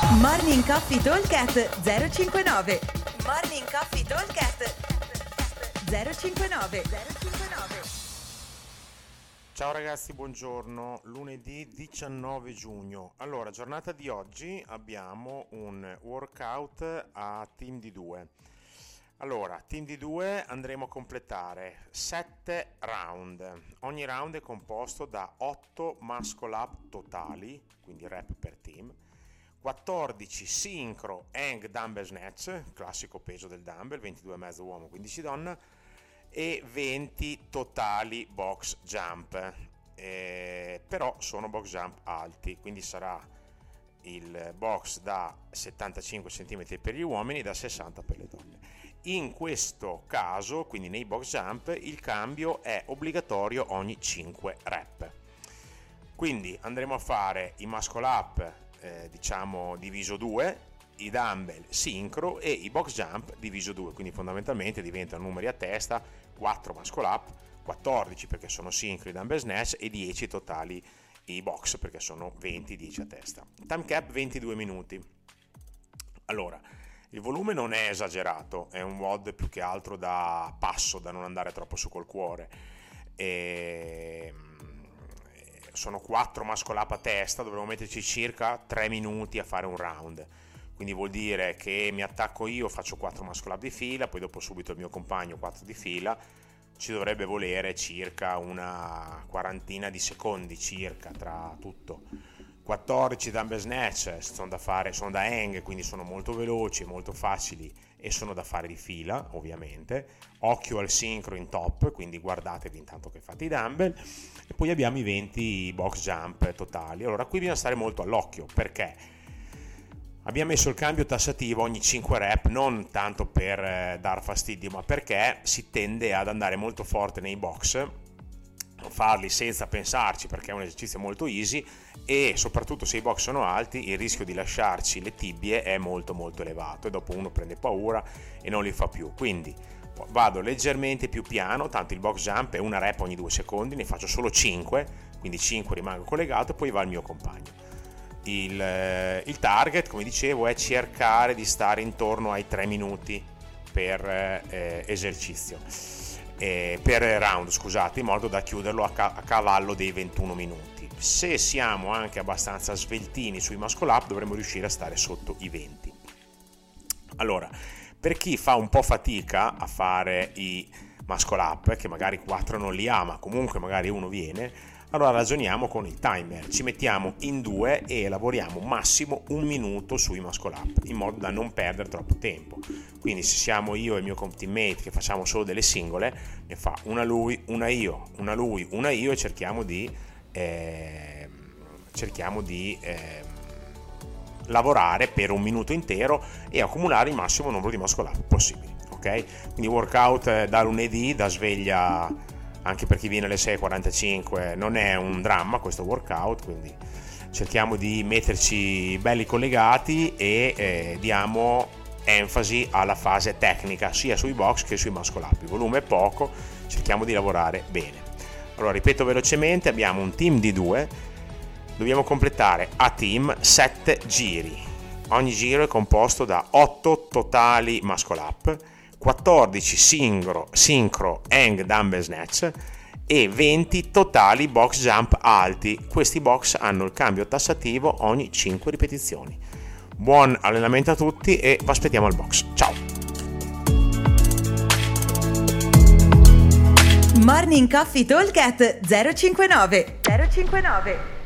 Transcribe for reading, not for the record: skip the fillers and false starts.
Morning Coffee Talkcast 059. Morning Coffee Talkcast 059. Ciao ragazzi, buongiorno. Lunedì 19 giugno. Allora, giornata di oggi abbiamo un workout a team di 2. Allora, team di 2 andremo a completare 7 round. Ogni round è composto da 8 muscle up totali, quindi rep per team, 14 sincro hang dumbbell snatch, classico peso del dumbbell, 22,5 uomo, 15 donna, e 20 totali box jump. Però sono box jump alti, quindi sarà il box da 75 cm per gli uomini e da 60 per le donne. In questo caso, quindi nei box jump, il cambio è obbligatorio ogni 5 rep. Quindi andremo a fare i muscle up diciamo diviso 2, i dumbbell sincro e i box jump diviso 2, quindi fondamentalmente diventano numeri a testa: 4 muscle up, 14 perché sono sincro i dumbbell snatch e 10 totali i box perché sono 20 a testa. Time cap 22 minuti. Allora, il volume non è esagerato, è un WOD più che altro da passo, da non andare troppo su col cuore. Sono 4 muscle up a testa, dovremo metterci circa 3 minuti a fare un round, quindi vuol dire che mi attacco io, faccio 4 muscle up di fila, poi dopo subito il mio compagno 4 di fila, ci dovrebbe volere circa una quarantina di secondi circa tra tutto. 14 dumbbell snatch sono da hang, quindi sono molto veloci, molto facili e sono da fare di fila, ovviamente. Occhio al sincro in top, quindi guardatevi intanto che fate i dumbbell. E poi abbiamo i 20 box jump totali. Allora, qui bisogna stare molto all'occhio, perché abbiamo messo il cambio tassativo ogni 5 rep, non tanto per dar fastidio, ma perché si tende ad andare molto forte nei box, farli senza pensarci perché è un esercizio molto easy, e soprattutto se i box sono alti il rischio di lasciarci le tibie è molto elevato e dopo uno prende paura e non li fa più. Quindi vado leggermente più piano, tanto il box jump è una rep ogni 2 secondi, ne faccio solo 5, quindi 5 rimango collegato e poi va il mio compagno. Il target, come dicevo, è cercare di stare intorno ai 3 minuti per esercizio, per round, scusate, in modo da chiuderlo a cavallo dei 21 minuti. Se siamo anche abbastanza sveltini sui muscle up dovremmo riuscire a stare sotto i 20. Allora, per chi fa un po' fatica a fare i muscle up, che magari 4 non li ha ma comunque magari uno viene, allora ragioniamo con il timer, ci mettiamo in 2 e lavoriamo massimo 1 minuto sui muscle up in modo da non perdere troppo tempo. Quindi se siamo io e il mio teammate che facciamo solo delle singole, ne fa una lui, una io, una lui, una io, e cerchiamo di lavorare per 1 minuto intero e accumulare il massimo numero di muscle up possibili, ok? Quindi workout da lunedì, da sveglia, anche per chi viene alle 6:45 non è un dramma questo workout, quindi cerchiamo di metterci belli collegati e diamo enfasi alla fase tecnica sia sui box che sui muscle up. Il volume è poco, cerchiamo di lavorare bene. Allora, ripeto velocemente, abbiamo un team di 2, dobbiamo completare a team 7 giri, ogni giro è composto da 8 totali muscle up, 14 sincro hang dumbbell snatch e 20 totali box jump alti. Questi box hanno il cambio tassativo ogni 5 ripetizioni. Buon allenamento a tutti e vi aspettiamo al box. Ciao! Morning Coffee Talkcast 059.